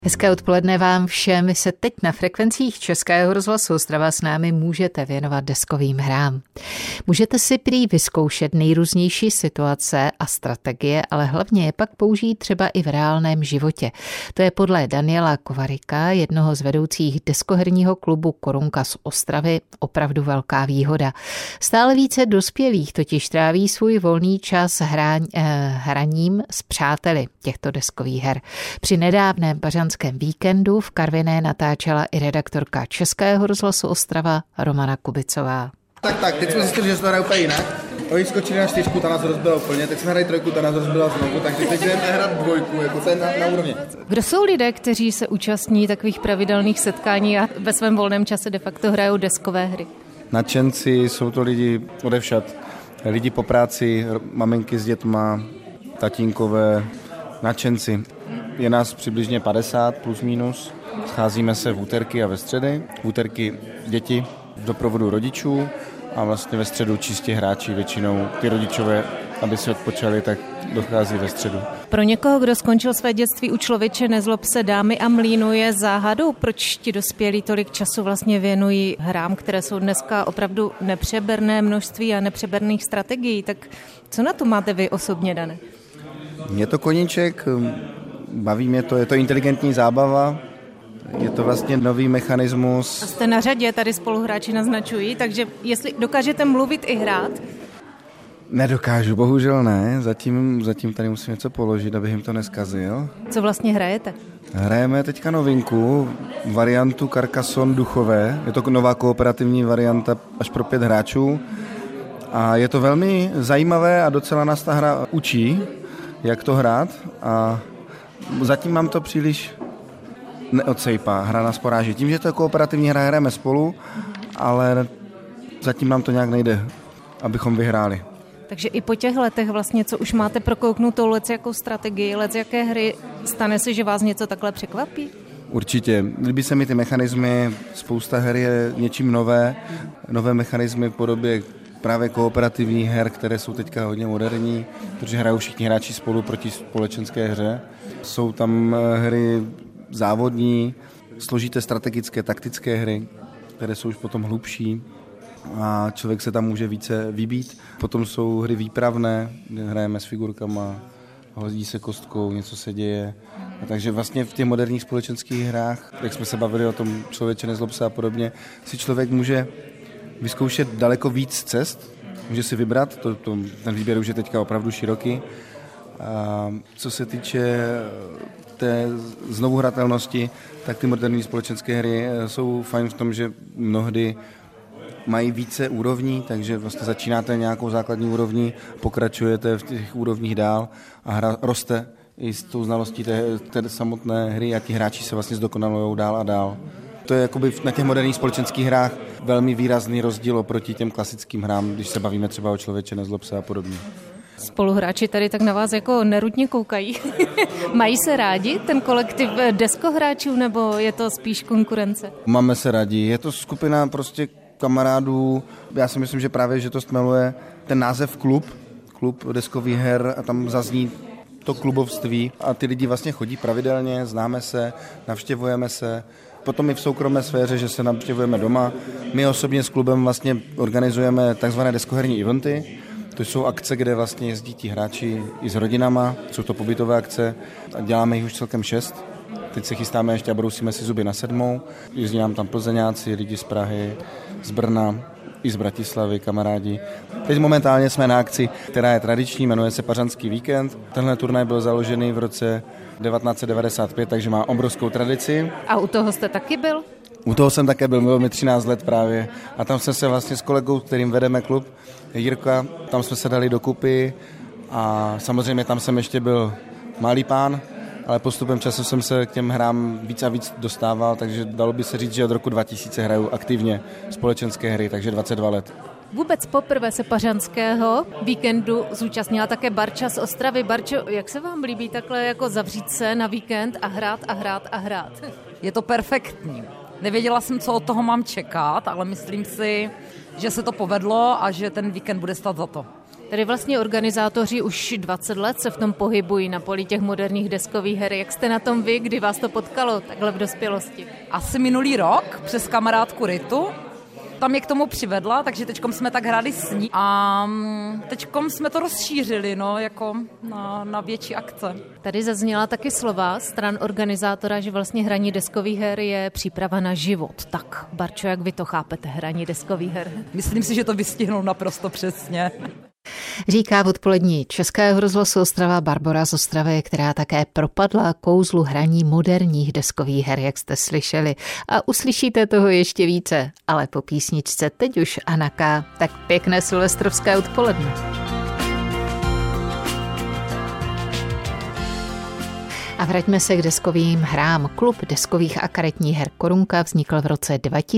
Hezké odpoledne vám všem. My se teď na frekvencích Českého rozhlasu Ostrava s námi můžete věnovat deskovým hrám. Můžete si prý vyzkoušet nejrůznější situace a strategie, ale hlavně je pak použít třeba i v reálném životě. To je podle Daniela Kovaryka, jednoho z vedoucích deskoherního klubu Korunka z Ostravy, opravdu velká výhoda. Stále více dospělých totiž tráví svůj volný čas hraním s přáteli těchto deskových her. Při nedávném pařanském víkendu v Karviné natáčela i redaktorka Českého rozhlasu Ostrava Romana Kubicová. Tak, teď jsme zjistili, že se to hraje úplně jinak. Oni skočili na 4, ta nás rozbila úplně, teď jsme hrají 3, ta nás rozbila znovu, takže teď jdeme hrát 2, jako to je na úrovni. Kdo jsou lidé, kteří se účastní takových pravidelných setkání a ve svém volném čase de facto hrajou deskové hry? Nadšenci, jsou to lidi odevšad, lidi po práci, maminky s dětma, tatínkové, nadšenci. Je nás přibližně 50 plus minus, scházíme se v úterky a ve středy, v úterky děti v doprovodu rodičů a vlastně ve středu čistě hráči, většinou ty rodičové, aby si odpočali, tak dochází ve středu. Pro někoho, kdo skončil své dětství u Člověče nezlob se, Dámy a mlýnu, je záhadou, proč ti dospělí tolik času vlastně věnují hrám, které jsou dneska opravdu nepřeberné množství a nepřeberných strategií. Tak co na to máte vy osobně, Dane? Je to koníček, baví mě to, je to inteligentní zábava, je to vlastně nový mechanismus. A jste na řadě, tady spoluhráči naznačují, takže jestli dokážete mluvit i hrát? Nedokážu, bohužel ne, zatím tady musím něco položit, abych jim to neskazil. Co vlastně hrajete? Hrajeme teďka novinku, variantu Carcassonne duchové, je to nová kooperativní varianta až pro 5 hráčů a je to velmi zajímavé a docela nás ta hra učí, jak to hrát a zatím mám to příliš neodsejpá, hra nás poráží. Tím, že to je kooperativní hra, hrajeme spolu, ale zatím nám to nějak nejde, abychom vyhráli. Takže i po těch letech vlastně, co už máte prokouknutou jakou strategii, jaké hry, stane se, že vás něco takhle překvapí? Určitě. Líbí se mi ty mechanismy, spousta her je něčím nové mechanismy v podobě právě kooperativních her, které jsou teďka hodně moderní, protože hrajou všichni hráči spolu proti společenské hře. Jsou tam hry závodní, složité strategické, taktické hry, které jsou už potom hlubší a člověk se tam může více vybít. Potom jsou hry výpravné, kde hrajeme s figurkama, hodí se kostkou, něco se děje. A takže vlastně v těch moderních společenských hrách, jak jsme se bavili o tom Člověče nezlob se a podobně, si člověk může vyzkoušet daleko víc cest, může si vybrat, ten výběr už je teďka opravdu široký. A co se týče té znovuhratelnosti, tak ty moderní společenské hry jsou fajn v tom, že mnohdy mají více úrovní, takže vlastně začínáte nějakou základní úrovní, pokračujete v těch úrovních dál a hra roste i s tou znalostí té samotné hry a ti hráči se vlastně zdokonalujou dál a dál. To je jakoby na těch moderních společenských hrách velmi výrazný rozdíl oproti těm klasickým hrám, když se bavíme třeba o Člověče nezlob se a podobně. Spoluhráči tady tak na vás jako nerudně koukají. Mají se rádi ten kolektiv deskohráčů, nebo je to spíš konkurence? Máme se rádi, je to skupina prostě kamarádů. Já si myslím, že právě, že to stmeluje ten název klub deskových her a tam zazní to klubovství a ty lidi vlastně chodí pravidelně, známe se, navštěvujeme se. Potom i v soukromé sféře, že se navštěvujeme doma. My osobně s klubem vlastně organizujeme takzvané deskoherní eventy. To jsou akce, kde vlastně jezdí ti hráči i s rodinama, jsou to pobytové akce a děláme jich už celkem 6. Teď se chystáme ještě a brousíme si zuby na 7. Jezdí nám tam plzeňáci, lidi z Prahy, z Brna, i z Bratislavy, kamarádi. Teď momentálně jsme na akci, která je tradiční, jmenuje se Pařanský víkend. Tenhle turnaj byl založený v roce 1995, takže má obrovskou tradici. A u toho jste taky byl? U toho jsem také byl, bylo mi 13 let právě. A tam jsme se vlastně s kolegou, kterým vedeme klub, Jirka, tam jsme se dali dokupy a samozřejmě tam jsem ještě byl malý pán, ale postupem času jsem se k těm hrám víc a víc dostával, takže dalo by se říct, že od roku 2000 hraju aktivně společenské hry, takže 22 let. Vůbec poprvé se pařanského víkendu zúčastnila také Barča z Ostravy. Barčo, jak se vám líbí takhle jako zavřít se na víkend a hrát? Je to perfektní. Nevěděla jsem, co od toho mám čekat, ale myslím si, že se to povedlo a že ten víkend bude stát za to. Tady vlastně organizátoři už 20 let se v tom pohybují na poli těch moderních deskových her. Jak jste na tom vy, kdy vás to potkalo takhle v dospělosti? Asi minulý rok přes kamarádku Ritu. Tam mě k tomu přivedla, takže teďkom jsme tak hráli s ní a teďkom jsme to rozšířili, jako na větší akce. Tady zazněla taky slova stran organizátora, že vlastně hraní deskových her je příprava na život. Tak, Barčo, jak vy to chápete, hraní deskových her? Myslím si, že to vystihnul naprosto přesně. Říká v odpolední Českého rozhlasu Ostrava Barbora z Ostravy, která také propadla kouzlu hraní moderních deskových her, jak jste slyšeli. A uslyšíte toho ještě více, ale po písničce teď už Anna K. Tak pěkné silvestrovské odpoledne. A vraťme se k deskovým hrám. Klub deskových a karetních her Korunka vznikl v roce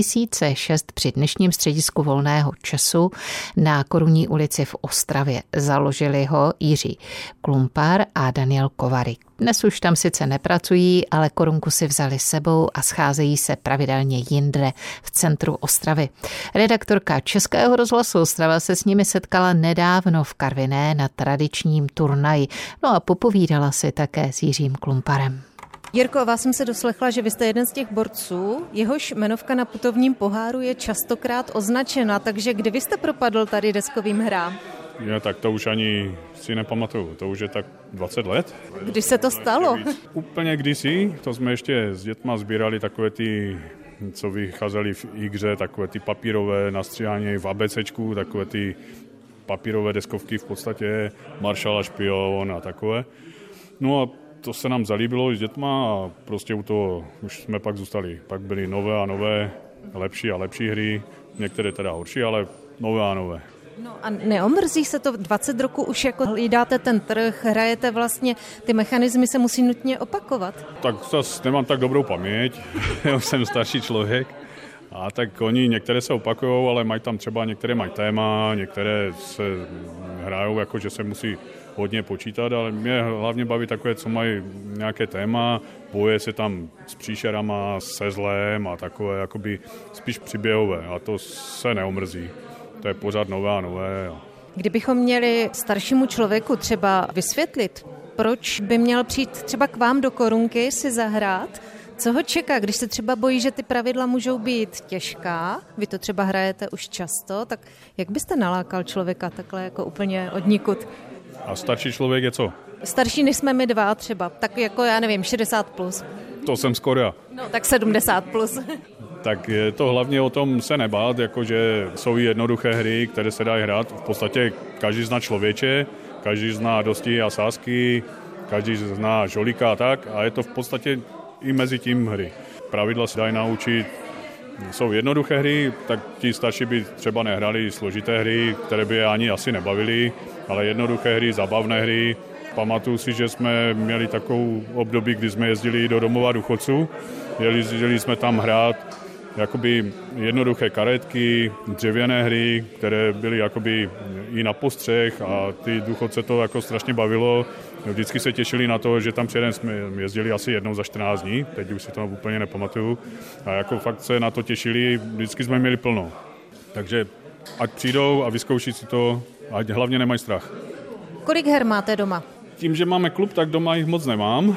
2006 při dnešním středisku volného času na Korunní ulici v Ostravě. Založili ho Jiří Klumpar a Daniel Kovarik. Dnes už tam sice nepracují, ale Korunku si vzali sebou a scházejí se pravidelně jinde v centru Ostravy. Redaktorka Českého rozhlasu Ostrava se s nimi setkala nedávno v Karviné na tradičním turnaji. No a popovídala si také s Jiřím Klumparem. Jirko, vás jsem se doslechla, že vy jste jeden z těch borců, jehož jmenovka na putovním poháru je častokrát označena, takže kdy vy jste propadl tady deskovým hrám? Jo, tak to už ani si nepamatuju, to už je tak 20 let. Kdy se to stalo? Úplně kdysi, to jsme ještě s dětma sbírali takové ty, co vycházely v igře, takové ty papírové nastříhání v ABCčku, takové ty papírové deskovky v podstatě, Maršal a špion a takové. No a to se nám zalíbilo s dětma a prostě u toho už jsme pak zůstali. Pak byly nové a nové, lepší a lepší hry, některé teda horší, ale nové a nové. No a neomrzí se to 20 roku už jako hlídáte ten trh, hrajete vlastně, ty mechanismy se musí nutně opakovat? Tak zase nemám tak dobrou paměť, já jsem starší člověk. A tak oni některé se opakujou, ale mají tam třeba, některé mají téma, některé se hrajou jako, že se musí hodně počítat, ale mě hlavně baví takové, co mají nějaké téma, boje se tam s příšerama, se zlem a takové jakoby spíš příběhové a to se neomrzí. To je pořád nové a nové. Kdybychom měli staršímu člověku třeba vysvětlit, proč by měl přijít třeba k vám do Korunky si zahrát, co ho čeká, když se třeba bojí, že ty pravidla můžou být těžká, vy to třeba hrajete už často, tak jak byste nalákal člověka takhle jako úplně odnikud? A starší člověk je co? Starší než jsme my dva třeba, tak jako já nevím, 60 plus. To jsem skoro já. No tak 70 plus. Tak je to hlavně o tom se nebát, jakože jsou jednoduché hry, které se dají hrát. V podstatě každý zná člověče, každý zná dosti a sázky, každý zná žolíka a tak a je to v podstatě i mezi tím hry. Pravidla se dají naučit, jsou jednoduché hry, tak ti starší by třeba nehrali složité hry, které by je ani asi nebavily, ale jednoduché hry, zabavné hry. Pamatuju si, že jsme měli takovou období, kdy jsme jezdili do domova důchodců, jeli jsme tam hrát jakoby jednoduché karetky, dřevěné hry, které byly jakoby i na postřeh a ty důchodce to jako strašně bavilo. Vždycky se těšili na to, že tam přijedeme, jsme jezdili asi jednou za 14 dní, teď už si to úplně nepamatuju. A jako fakt se na to těšili, vždycky jsme měli plno. Takže ať přijdou a vyzkouší si to, ať hlavně nemají strach. Kolik her máte doma? Tím, že máme klub, tak doma jich moc nemám.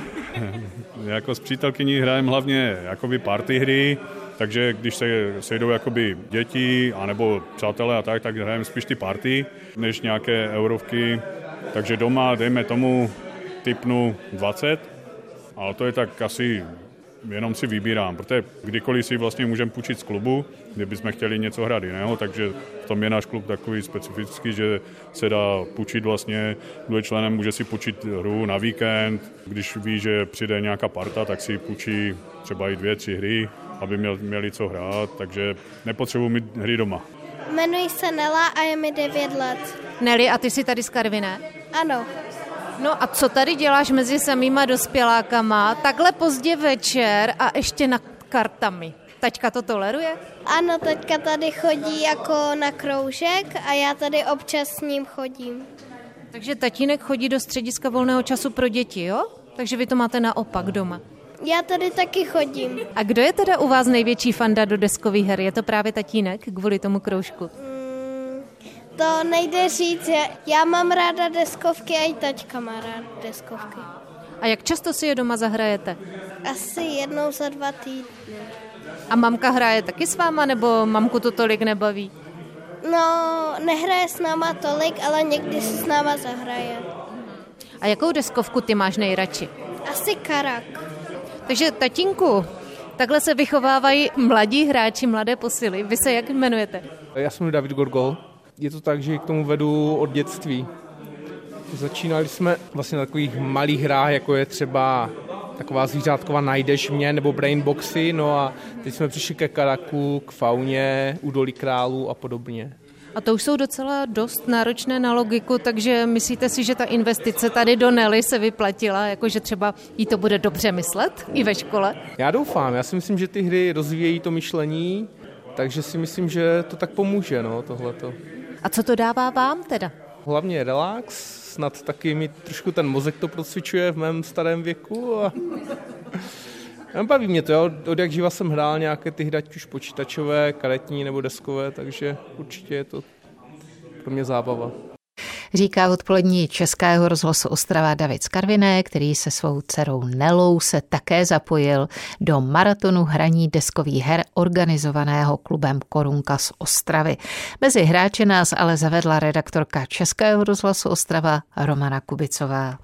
Jako s přítelkyní hrajeme hlavně jakoby party hry, takže když se sejdou jakoby děti anebo přátelé a tak hrajeme spíš ty party, než nějaké eurovky. Takže doma, dejme tomu, tipnu 20, ale to je tak asi jenom si vybírám, protože kdykoliv si vlastně můžeme půjčit z klubu, kdybychom chtěli něco hrát jiného, takže v tom je náš klub takový specifický, že se dá půjčit vlastně, kdo je členem, může si půjčit hru na víkend, když ví, že přijde nějaká parta, tak si půjčí třeba i 2-3 hry, aby měli co hrát, takže nepotřebuji mít hry doma. Jmenuji se Nela a je mi 9 let. Neli, a ty jsi tady z Karviné? Ano. No a co tady děláš mezi samýma dospělákama, takhle pozdě večer a ještě nad kartami? Taťka to toleruje? Ano, taťka tady chodí jako na kroužek a já tady občas s ním chodím. Takže tatínek chodí do střediska volného času pro děti, jo? Takže vy to máte naopak doma. Já tady taky chodím. A kdo je teda u vás největší fanda do deskových her? Je to právě tatínek kvůli tomu kroužku? To nejde říct, já mám ráda deskovky a i taťka má rád deskovky. A jak často si je doma zahrajete? Asi jednou za 2 týdny. A mamka hraje taky s váma, nebo mamku to tolik nebaví? No, nehraje s náma tolik, ale někdy si s náma zahraje. A jakou deskovku ty máš nejradši? Asi Karak. Takže tatínku, takhle se vychovávají mladí hráči, mladé posily. Vy se jak jmenujete? Já jsem David Gorgol. Je to tak, že k tomu vedu od dětství. Začínali jsme vlastně na takových malých hrách, jako je třeba taková zvířátková Najdeš mě nebo Brainboxy, no a teď jsme přišli ke Karaku, k Fauně, Údolí králů a podobně. A to už jsou docela dost náročné na logiku, takže myslíte si, že ta investice tady do Nelly se vyplatila, jakože třeba jí to bude dobře myslet i ve škole? Já doufám, já si myslím, že ty hry rozvíjejí to myšlení, takže si myslím, že to tak pomůže, no, tohleto. A co to dává vám teda? Hlavně relax, snad taky mi trošku ten mozek to procvičuje v mém starém věku a baví mě to, jo. Od jak živa jsem hrál nějaké ty hry, ať už počítačové, karetní nebo deskové, takže určitě je to pro mě zábava. Říká odpolední Českého rozhlasu Ostrava David z Karviné, který se svou dcerou Nelou se také zapojil do maratonu hraní deskových her organizovaného klubem Korunka z Ostravy. Mezi hráče nás ale zavedla redaktorka Českého rozhlasu Ostrava Romana Kubicová.